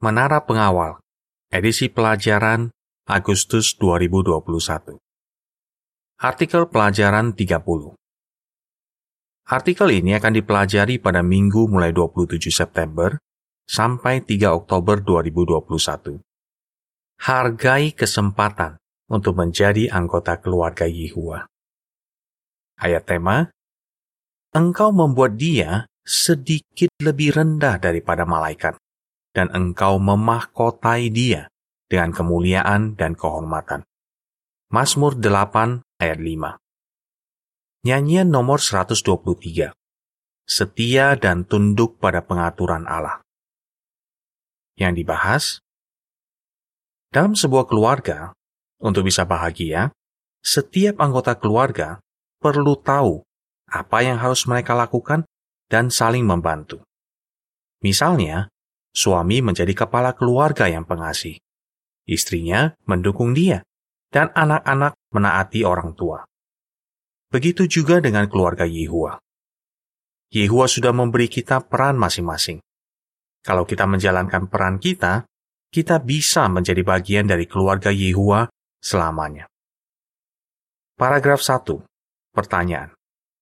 Menara Pengawal, edisi pelajaran Agustus 2021. Artikel pelajaran 30. Artikel ini akan dipelajari pada minggu mulai 27 September sampai 3 Oktober 2021. Hargai kesempatan untuk menjadi anggota keluarga Yehua. Ayat tema, engkau membuat dia sedikit lebih rendah daripada malaikat, dan engkau memahkotai dia dengan kemuliaan dan kehormatan. Mazmur 8 ayat 5. Nyanyian nomor 123. Setia dan tunduk pada pengaturan Allah. Yang dibahas, dalam sebuah keluarga, untuk bisa bahagia, setiap anggota keluarga perlu tahu apa yang harus mereka lakukan dan saling membantu. Misalnya, suami menjadi kepala keluarga yang pengasih. Istrinya mendukung dia, dan anak-anak menaati orang tua. Begitu juga dengan keluarga Yehua. Yehua sudah memberi kita peran masing-masing. Kalau kita menjalankan peran kita bisa menjadi bagian dari keluarga Yehua selamanya. Paragraf 1. Pertanyaan.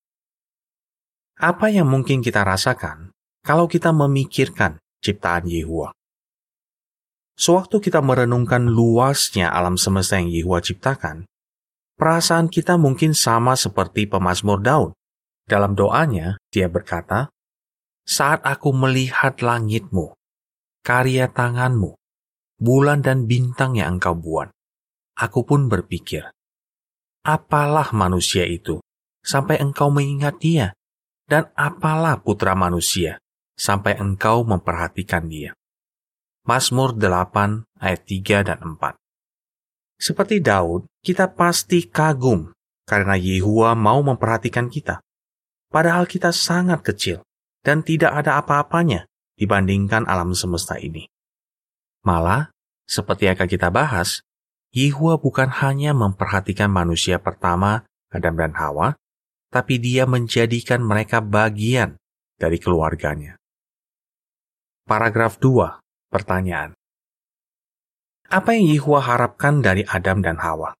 Apa yang mungkin kita rasakan kalau kita memikirkan ciptaan Yehua? Sewaktu kita merenungkan luasnya alam semesta yang Yehua ciptakan, perasaan kita mungkin sama seperti pemazmur Daud. Dalam doanya, dia berkata, saat aku melihat langitmu, karya tanganmu, bulan dan bintang yang engkau buat, aku pun berpikir, apalah manusia itu sampai engkau mengingat dia? Dan apalah putra manusia, sampai engkau memperhatikan dia. Mazmur 8 ayat 3 dan 4. Seperti Daud, kita pasti kagum karena Yehua mau memperhatikan kita. Padahal kita sangat kecil dan tidak ada apa-apanya dibandingkan alam semesta ini. Malah, seperti yang akan kita bahas, Yehua bukan hanya memperhatikan manusia pertama, Adam dan Hawa, tapi dia menjadikan mereka bagian dari keluarganya. Paragraf 2. Pertanyaan. Apa yang Yehua harapkan dari Adam dan Hawa?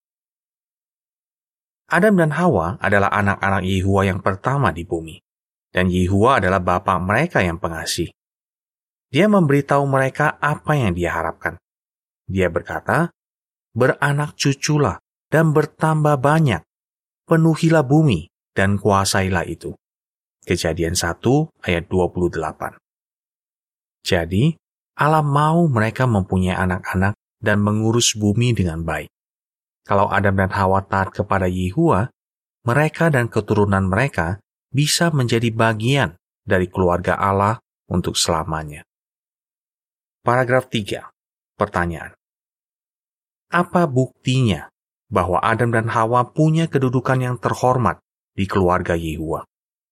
Adam dan Hawa adalah anak-anak Yehua yang pertama di bumi, dan Yehua adalah bapa mereka yang pengasih. Dia memberitahu mereka apa yang dia harapkan. Dia berkata, beranak cuculah dan bertambah banyak, penuhilah bumi, dan kuasailah itu. Kejadian 1 ayat 28. Jadi, Allah mau mereka mempunyai anak-anak dan mengurus bumi dengan baik. Kalau Adam dan Hawa taat kepada Yehua, mereka dan keturunan mereka bisa menjadi bagian dari keluarga Allah untuk selamanya. Paragraf 3. Pertanyaan. Apa buktinya bahwa Adam dan Hawa punya kedudukan yang terhormat di keluarga Yehua?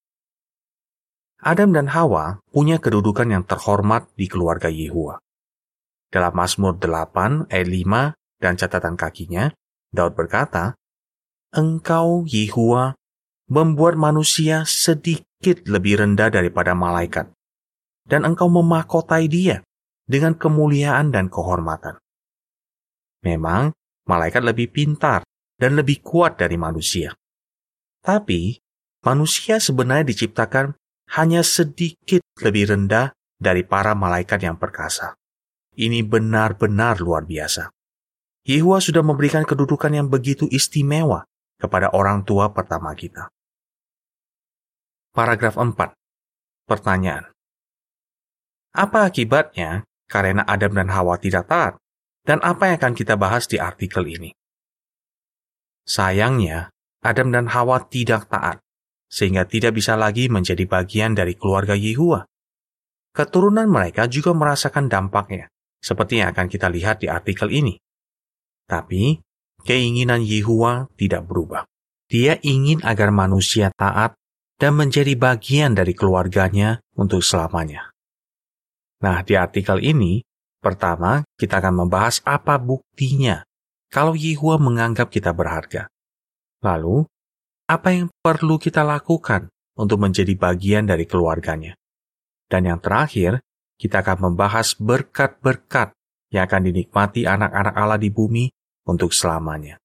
Adam dan Hawa punya kedudukan yang terhormat di keluarga Yehua. Dalam Mazmur 8 ayat 5 dan catatan kakinya, Daud berkata, engkau Yehua membuat manusia sedikit lebih rendah daripada malaikat, dan engkau memahkotai dia dengan kemuliaan dan kehormatan. Memang, malaikat lebih pintar dan lebih kuat dari manusia. Tapi, manusia sebenarnya diciptakan hanya sedikit lebih rendah dari para malaikat yang perkasa. Ini benar-benar luar biasa. Yehua sudah memberikan kedudukan yang begitu istimewa kepada orang tua pertama kita. Paragraf 4. Pertanyaan. Apa akibatnya karena Adam dan Hawa tidak taat? Dan apa yang akan kita bahas di artikel ini? Sayangnya, Adam dan Hawa tidak taat, sehingga tidak bisa lagi menjadi bagian dari keluarga Yehua. Keturunan mereka juga merasakan dampaknya, seperti yang akan kita lihat di artikel ini. Tapi, keinginan Yehua tidak berubah. Dia ingin agar manusia taat dan menjadi bagian dari keluarganya untuk selamanya. Nah, di artikel ini, pertama, kita akan membahas apa buktinya kalau Yehua menganggap kita berharga. Lalu, apa yang perlu kita lakukan untuk menjadi bagian dari keluarganya? Dan yang terakhir, kita akan membahas berkat-berkat yang akan dinikmati anak-anak Allah di bumi untuk selamanya.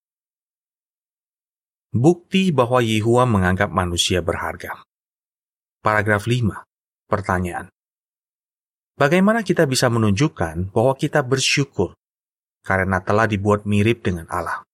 Bukti bahwa Yehuwa menganggap manusia berharga. Paragraf 5. Pertanyaan. Bagaimana kita bisa menunjukkan bahwa kita bersyukur karena telah dibuat mirip dengan Allah?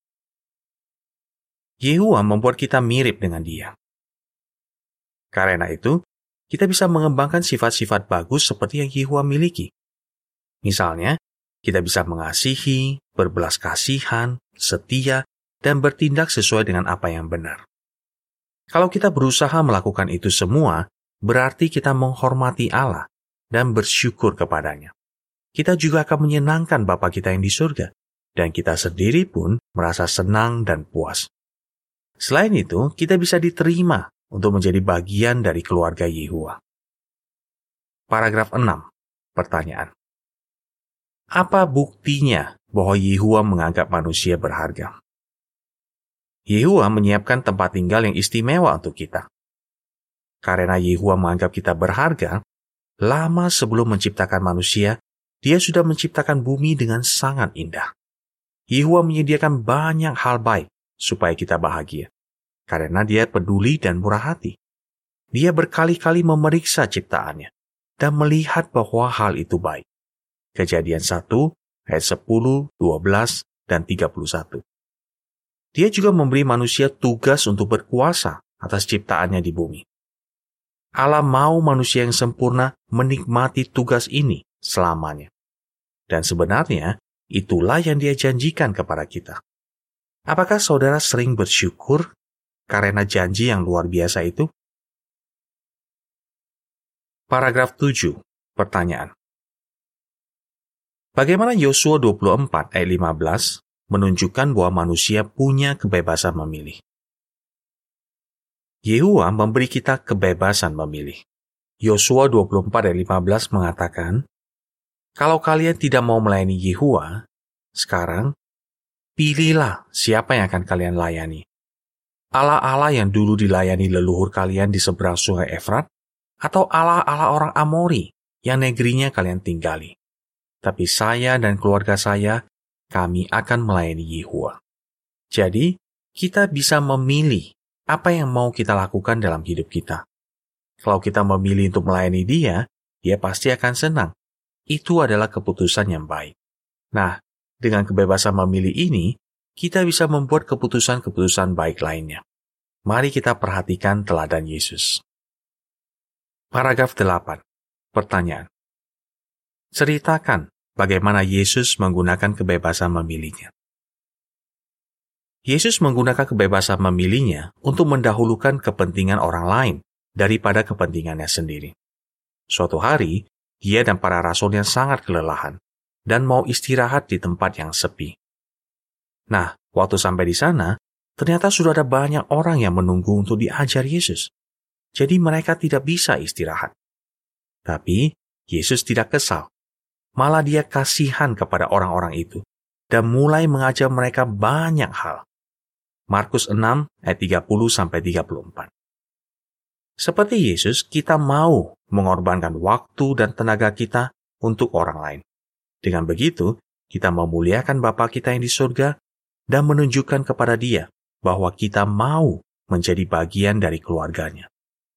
Yehuwa membuat kita mirip dengan Dia. Karena itu, kita bisa mengembangkan sifat-sifat bagus seperti yang Yehuwa miliki. Misalnya, kita bisa mengasihi, berbelas kasihan, setia, dan bertindak sesuai dengan apa yang benar. Kalau kita berusaha melakukan itu semua, berarti kita menghormati Allah dan bersyukur kepadanya. Kita juga akan menyenangkan Bapa kita yang di surga, dan kita sendiri pun merasa senang dan puas. Selain itu, kita bisa diterima untuk menjadi bagian dari keluarga Yehuwa. Paragraf 6. Pertanyaan. Apa buktinya bahwa Yehuwa menganggap manusia berharga? Yehuwa menyiapkan tempat tinggal yang istimewa untuk kita. Karena Yehuwa menganggap kita berharga, lama sebelum menciptakan manusia, Dia sudah menciptakan bumi dengan sangat indah. Yehuwa menyediakan banyak hal baik supaya kita bahagia, karena Dia peduli dan murah hati. Dia berkali-kali memeriksa ciptaannya dan melihat bahwa hal itu baik. Kejadian 1, ayat 10, 12, dan 31. Dia juga memberi manusia tugas untuk berkuasa atas ciptaannya di bumi. Allah mau manusia yang sempurna menikmati tugas ini selamanya. Dan sebenarnya, itulah yang Dia janjikan kepada kita. Apakah saudara sering bersyukur karena janji yang luar biasa itu? Paragraf 7. Pertanyaan. Bagaimana Yosua 24 ayat 15 menunjukkan bahwa manusia punya kebebasan memilih? Yehuwa memberi kita kebebasan memilih. Yosua 24 ayat 15 mengatakan, kalau kalian tidak mau melayani Yehuwa, sekarang pilihlah siapa yang akan kalian layani. Allah-Allah yang dulu dilayani leluhur kalian di seberang sungai Efrat, atau Allah-Allah orang Amori yang negerinya kalian tinggali. Tapi saya dan keluarga saya, kami akan melayani Yehuwa. Jadi, kita bisa memilih apa yang mau kita lakukan dalam hidup kita. Kalau kita memilih untuk melayani Dia, Dia pasti akan senang. Itu adalah keputusan yang baik. Nah, dengan kebebasan memilih ini, kita bisa membuat keputusan-keputusan baik lainnya. Mari kita perhatikan teladan Yesus. Paragraf 8. Pertanyaan. Ceritakan bagaimana Yesus menggunakan kebebasan memilihnya. Yesus menggunakan kebebasan memilihnya untuk mendahulukan kepentingan orang lain daripada kepentingannya sendiri. Suatu hari, Dia dan para rasulnya sangat kelelahan dan mau istirahat di tempat yang sepi. Nah, waktu sampai di sana, ternyata sudah ada banyak orang yang menunggu untuk diajar Yesus. Jadi mereka tidak bisa istirahat. Tapi, Yesus tidak kesal. Malah Dia kasihan kepada orang-orang itu dan mulai mengajar mereka banyak hal. Markus 6 ayat 30-34. Seperti Yesus, kita mau mengorbankan waktu dan tenaga kita untuk orang lain. Dengan begitu, kita memuliakan Bapa kita yang di surga dan menunjukkan kepada Dia bahwa kita mau menjadi bagian dari keluarganya.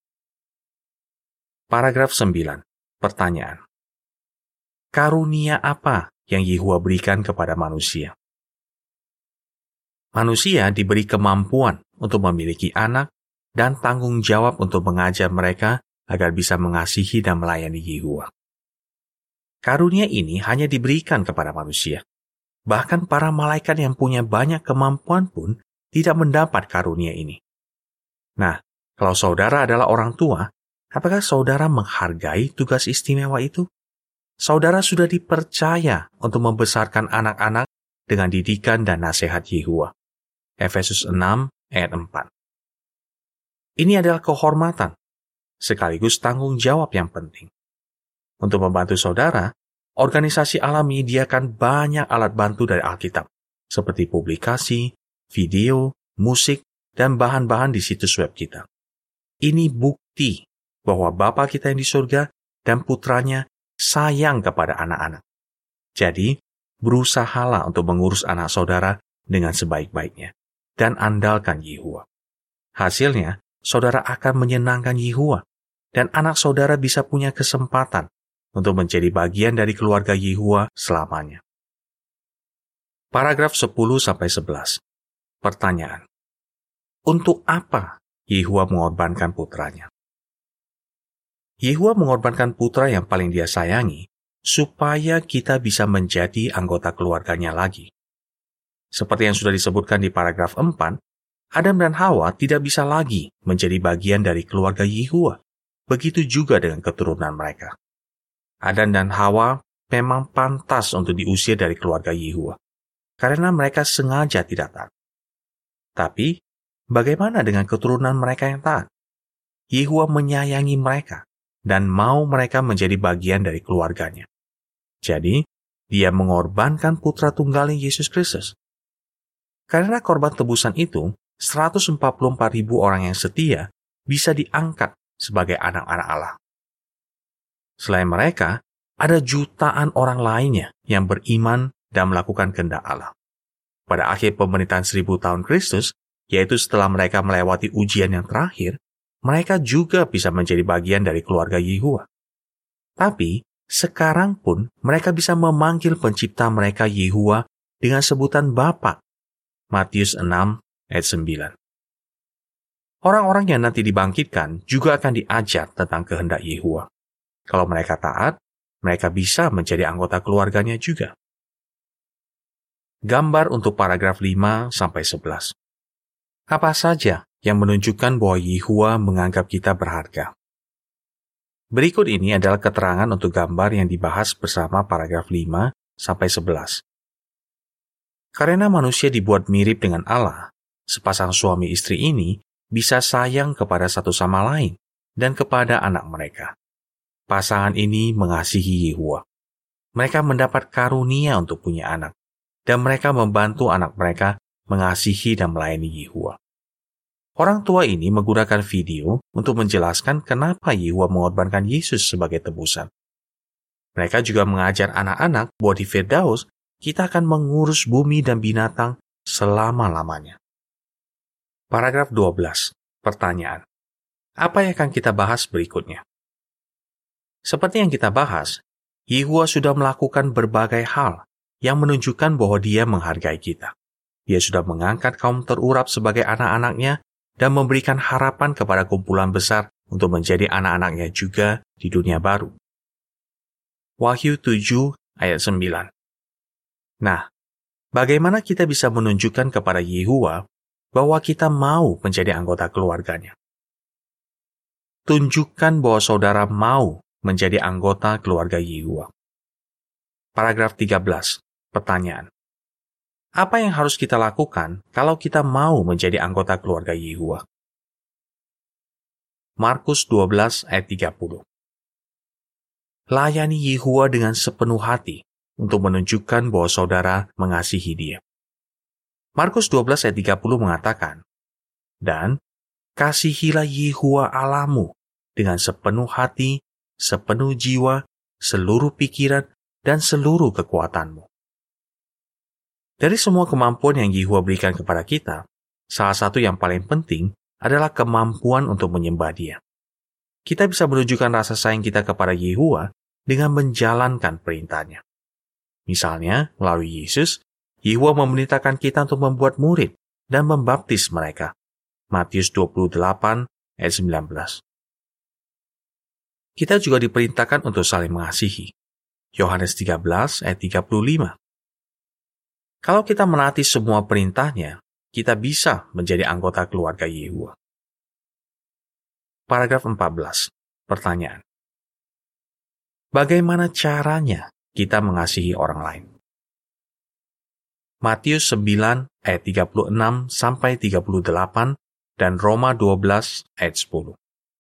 Paragraf 9. Pertanyaan. Karunia apa yang Yehuwa berikan kepada manusia? Manusia diberi kemampuan untuk memiliki anak dan tanggung jawab untuk mengajar mereka agar bisa mengasihi dan melayani Yehuwa. Karunia ini hanya diberikan kepada manusia. Bahkan para malaikat yang punya banyak kemampuan pun tidak mendapat karunia ini. Nah, kalau saudara adalah orang tua, apakah saudara menghargai tugas istimewa itu? Saudara sudah dipercaya untuk membesarkan anak-anak dengan didikan dan nasihat Yehuwa. Efesus 6 ayat 4. Ini adalah kehormatan, sekaligus tanggung jawab yang penting. Untuk membantu saudara, organisasi Allah menyediakan banyak alat bantu dari Alkitab, seperti publikasi, video, musik, dan bahan-bahan di situs web kita. Ini bukti bahwa Bapa kita yang di surga dan Putranya sayang kepada anak-anak. Jadi, berusahalah untuk mengurus anak saudara dengan sebaik-baiknya, dan andalkan Yehuwa. Hasilnya, saudara akan menyenangkan Yehuwa, dan anak saudara bisa punya kesempatan untuk menjadi bagian dari keluarga Yehuwa selamanya. Paragraf 10-11. Pertanyaan. Untuk apa Yehuwa mengorbankan putranya? Yehuwa mengorbankan putra yang paling dia sayangi, supaya kita bisa menjadi anggota keluarganya lagi. Seperti yang sudah disebutkan di paragraf 4, Adam dan Hawa tidak bisa lagi menjadi bagian dari keluarga Yehuwa. Begitu juga dengan keturunan mereka. Adam dan Hawa memang pantas untuk diusir dari keluarga Yehuwa, karena mereka sengaja tidak taat. Tapi, bagaimana dengan keturunan mereka yang taat? Yehuwa menyayangi mereka dan mau mereka menjadi bagian dari keluarganya. Jadi, dia mengorbankan putra tunggalnya Yesus Kristus. Karena korban tebusan itu, 144.000 orang yang setia bisa diangkat sebagai anak-anak Allah. Selain mereka, ada jutaan orang lainnya yang beriman dan melakukan kehendak Allah. Pada akhir pemerintahan 1000 tahun Kristus, yaitu setelah mereka melewati ujian yang terakhir, mereka juga bisa menjadi bagian dari keluarga Yehuwa. Tapi, sekarang pun mereka bisa memanggil pencipta mereka Yehuwa dengan sebutan Bapa. Matius 6 ayat 9. Orang-orang yang nanti dibangkitkan juga akan diajar tentang kehendak Yehuwa. Kalau mereka taat, mereka bisa menjadi anggota keluarganya juga. Gambar untuk paragraf 5-11. Apa saja yang menunjukkan bahwa Yehuwa menganggap kita berharga? Berikut ini adalah keterangan untuk gambar yang dibahas bersama paragraf 5-11. Karena manusia dibuat mirip dengan Allah, sepasang suami istri ini bisa sayang kepada satu sama lain dan kepada anak mereka. Pasangan ini mengasihi Yehuwa. Mereka mendapat karunia untuk punya anak, dan mereka membantu anak mereka mengasihi dan melayani Yehuwa. Orang tua ini menggunakan video untuk menjelaskan kenapa Yehuwa mengorbankan Yesus sebagai tebusan. Mereka juga mengajar anak-anak bahwa di Firdaus kita akan mengurus bumi dan binatang selama-lamanya. Paragraf 12. Pertanyaan. Apa yang akan kita bahas berikutnya? Seperti yang kita bahas, Yehuwa sudah melakukan berbagai hal yang menunjukkan bahwa dia menghargai kita. Dia sudah mengangkat kaum terurap sebagai anak-anaknya dan memberikan harapan kepada kumpulan besar untuk menjadi anak-anaknya juga di dunia baru. Wahyu 7 ayat 9. Nah, bagaimana kita bisa menunjukkan kepada Yehuwa bahwa kita mau menjadi anggota keluarganya? Tunjukkan bahwa saudara mau menjadi anggota keluarga Yehuwa. Paragraf 13. Pertanyaan. Apa yang harus kita lakukan kalau kita mau menjadi anggota keluarga Yehuwa? Markus 12 ayat 30. Layani Yehuwa dengan sepenuh hati untuk menunjukkan bahwa saudara mengasihi dia. Markus 12 ayat 30 mengatakan, dan kasihilah Yehuwa Allahmu dengan sepenuh hati, sepenuh jiwa, seluruh pikiran, dan seluruh kekuatanmu. Dari semua kemampuan yang Yehuwa berikan kepada kita, salah satu yang paling penting adalah kemampuan untuk menyembah Dia. Kita bisa menunjukkan rasa sayang kita kepada Yehuwa dengan menjalankan perintahnya. Misalnya, melalui Yesus, Yehuwa memerintahkan kita untuk membuat murid dan membaptis mereka. Matius 28 ayat 19. Kita juga diperintahkan untuk saling mengasihi. Yohanes 13 ayat 35. Kalau kita menaati semua perintahnya, kita bisa menjadi anggota keluarga Yehuwa. Paragraf 14. Pertanyaan. Bagaimana caranya kita mengasihi orang lain? Matius 9 ayat 36 sampai 38 dan Roma 12 ayat 10.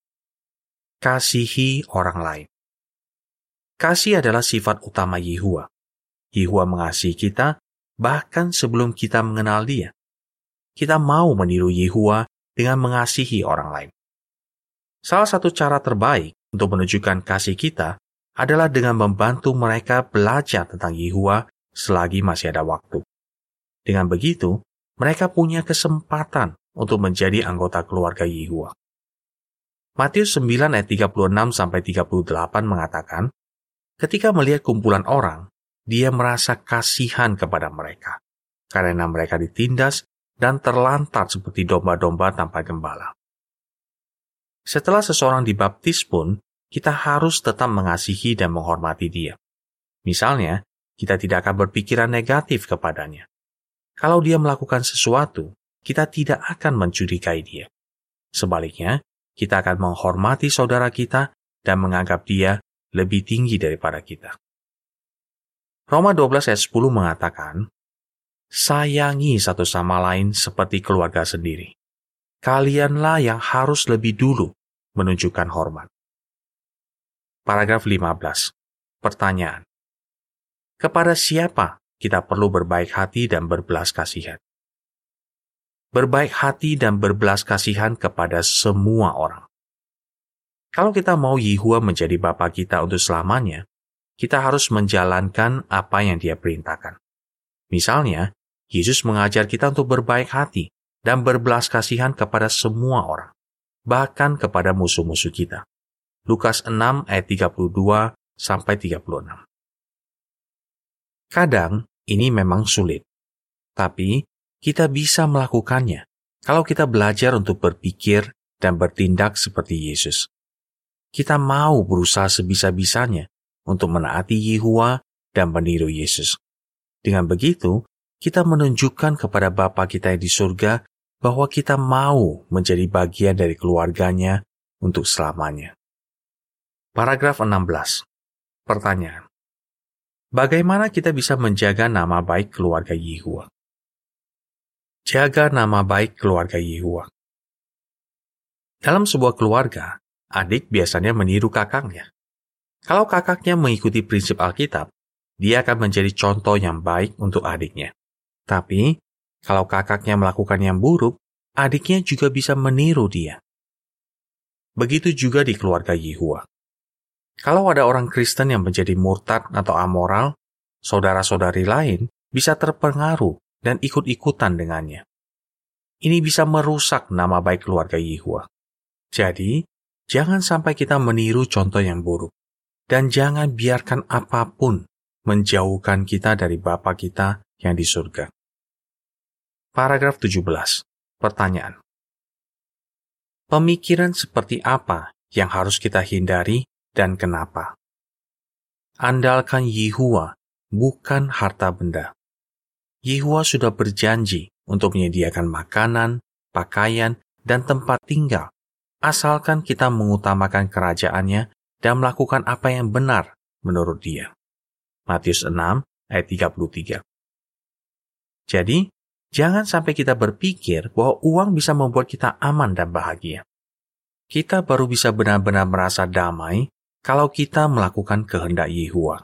Kasihi orang lain. Kasih adalah sifat utama Yehuwa. Yehuwa mengasihi kita bahkan sebelum kita mengenal Dia. Kita mau meniru Yehuwa dengan mengasihi orang lain. Salah satu cara terbaik untuk menunjukkan kasih kita adalah dengan membantu mereka belajar tentang Yehuwa selagi masih ada waktu. Dengan begitu, mereka punya kesempatan untuk menjadi anggota keluarga Yehuwa. Matius 9 ayat 36-38 mengatakan, ketika melihat kumpulan orang, dia merasa kasihan kepada mereka, karena mereka ditindas dan terlantar seperti domba-domba tanpa gembala. Setelah seseorang dibaptis pun, kita harus tetap mengasihi dan menghormati dia. Misalnya, kita tidak akan berpikiran negatif kepadanya. Kalau dia melakukan sesuatu, kita tidak akan mencurigai dia. Sebaliknya, kita akan menghormati saudara kita dan menganggap dia lebih tinggi daripada kita. Roma 12 ayat 10 mengatakan, sayangi satu sama lain seperti keluarga sendiri. Kalianlah yang harus lebih dulu menunjukkan hormat. Paragraf 15. Pertanyaan. Kepada siapa kita perlu berbaik hati dan berbelas kasihan? Berbaik hati dan berbelas kasihan kepada semua orang. Kalau kita mau Yehuwa menjadi Bapa kita untuk selamanya, kita harus menjalankan apa yang Dia perintahkan. Misalnya, Yesus mengajar kita untuk berbaik hati dan berbelas kasihan kepada semua orang, bahkan kepada musuh-musuh kita. Lukas 6 ayat 32-36. Kadang ini memang sulit, tapi kita bisa melakukannya kalau kita belajar untuk berpikir dan bertindak seperti Yesus. Kita mau berusaha sebisa-bisanya untuk menaati Yehuwa dan meniru Yesus. Dengan begitu, kita menunjukkan kepada Bapa kita yang di surga bahwa kita mau menjadi bagian dari keluarganya untuk selamanya. Paragraf 16. Pertanyaan. Bagaimana kita bisa menjaga nama baik keluarga Yehuwa? Jaga nama baik keluarga Yehuwa. Dalam sebuah keluarga, adik biasanya meniru kakaknya. Kalau kakaknya mengikuti prinsip Alkitab, dia akan menjadi contoh yang baik untuk adiknya. Tapi, kalau kakaknya melakukan yang buruk, adiknya juga bisa meniru dia. Begitu juga di keluarga Yehuwa. Kalau ada orang Kristen yang menjadi murtad atau amoral, saudara-saudari lain bisa terpengaruh dan ikut-ikutan dengannya. Ini bisa merusak nama baik keluarga Yehuwa. Jadi, jangan sampai kita meniru contoh yang buruk. Dan jangan biarkan apapun menjauhkan kita dari Bapa kita yang di surga. Paragraf 17. Pertanyaan. Pemikiran seperti apa yang harus kita hindari dan kenapa? Andalkan Yehuwa, bukan harta benda. Yehuwa sudah berjanji untuk menyediakan makanan, pakaian, dan tempat tinggal, asalkan kita mengutamakan kerajaannya dan melakukan apa yang benar menurut Dia. Matius 6 ayat 33. Jadi, jangan sampai kita berpikir bahwa uang bisa membuat kita aman dan bahagia. Kita baru bisa benar-benar merasa damai kalau kita melakukan kehendak Yehuwa.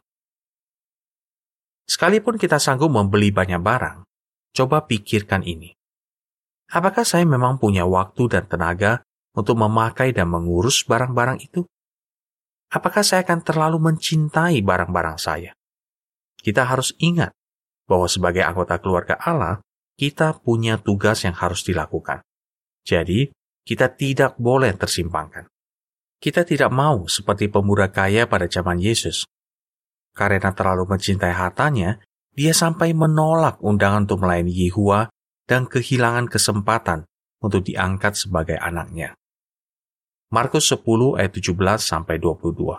Sekalipun kita sanggup membeli banyak barang, coba pikirkan ini. Apakah saya memang punya waktu dan tenaga untuk memakai dan mengurus barang-barang itu? Apakah saya akan terlalu mencintai barang-barang saya? Kita harus ingat bahwa sebagai anggota keluarga Allah, kita punya tugas yang harus dilakukan. Jadi, kita tidak boleh tersimpangkan. Kita tidak mau seperti pemuda kaya pada zaman Yesus. Karena terlalu mencintai hartanya, dia sampai menolak undangan untuk melayani Yehuwa dan kehilangan kesempatan untuk diangkat sebagai anaknya. Markus 10 ayat 17-22.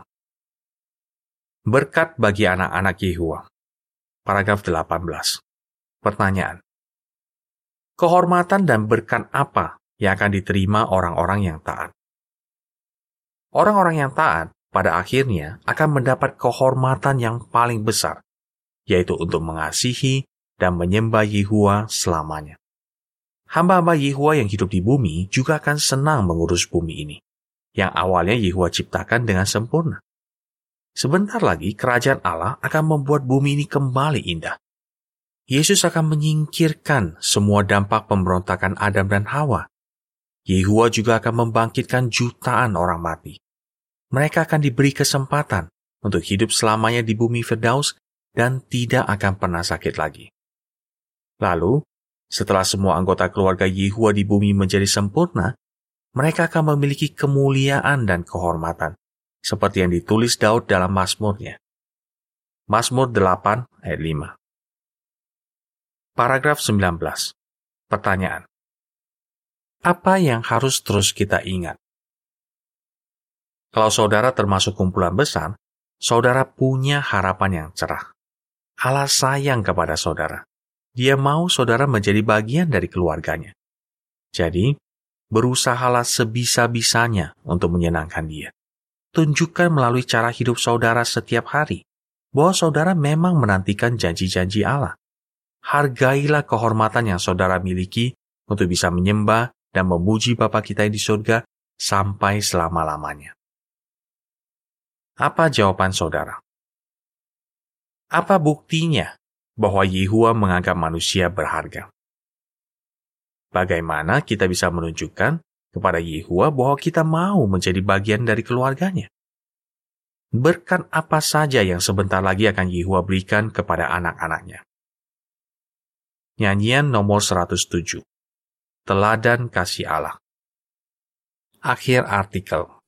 Berkat bagi anak-anak Yehuwa. Paragraf 18. Pertanyaan. Kehormatan dan berkat apa yang akan diterima orang-orang yang taat? Orang-orang yang taat pada akhirnya akan mendapat kehormatan yang paling besar, yaitu untuk mengasihi dan menyembah Yehuwa selamanya. Hamba-hamba Yehuwa yang hidup di bumi juga akan senang mengurus bumi ini, yang awalnya Yehuwa ciptakan dengan sempurna. Sebentar lagi kerajaan Allah akan membuat bumi ini kembali indah. Yesus akan menyingkirkan semua dampak pemberontakan Adam dan Hawa. Yehuwa juga akan membangkitkan jutaan orang mati. Mereka akan diberi kesempatan untuk hidup selamanya di bumi Firdaus dan tidak akan pernah sakit lagi. Lalu, setelah semua anggota keluarga Yehua di bumi menjadi sempurna, mereka akan memiliki kemuliaan dan kehormatan, seperti yang ditulis Daud dalam Mazmurnya. Mazmur 8 ayat 5. Paragraf 19. Pertanyaan. Apa yang harus terus kita ingat? Kalau saudara termasuk kumpulan besar, saudara punya harapan yang cerah. Allah sayang kepada saudara. Dia mau saudara menjadi bagian dari keluarganya. Jadi, berusahalah sebisa-bisanya untuk menyenangkan Dia. Tunjukkan melalui cara hidup saudara setiap hari bahwa saudara memang menantikan janji-janji Allah. Hargailah kehormatan yang saudara miliki untuk bisa menyembah dan memuji Bapa kita yang di surga sampai selama-lamanya. Apa jawaban saudara? Apa buktinya bahwa Yehua menganggap manusia berharga? Bagaimana kita bisa menunjukkan kepada Yehua bahwa kita mau menjadi bagian dari keluarganya? Berkat apa saja yang sebentar lagi akan Yehua berikan kepada anak-anaknya? Nyanyian nomor 107. Teladan Kasih Allah. Akhir artikel.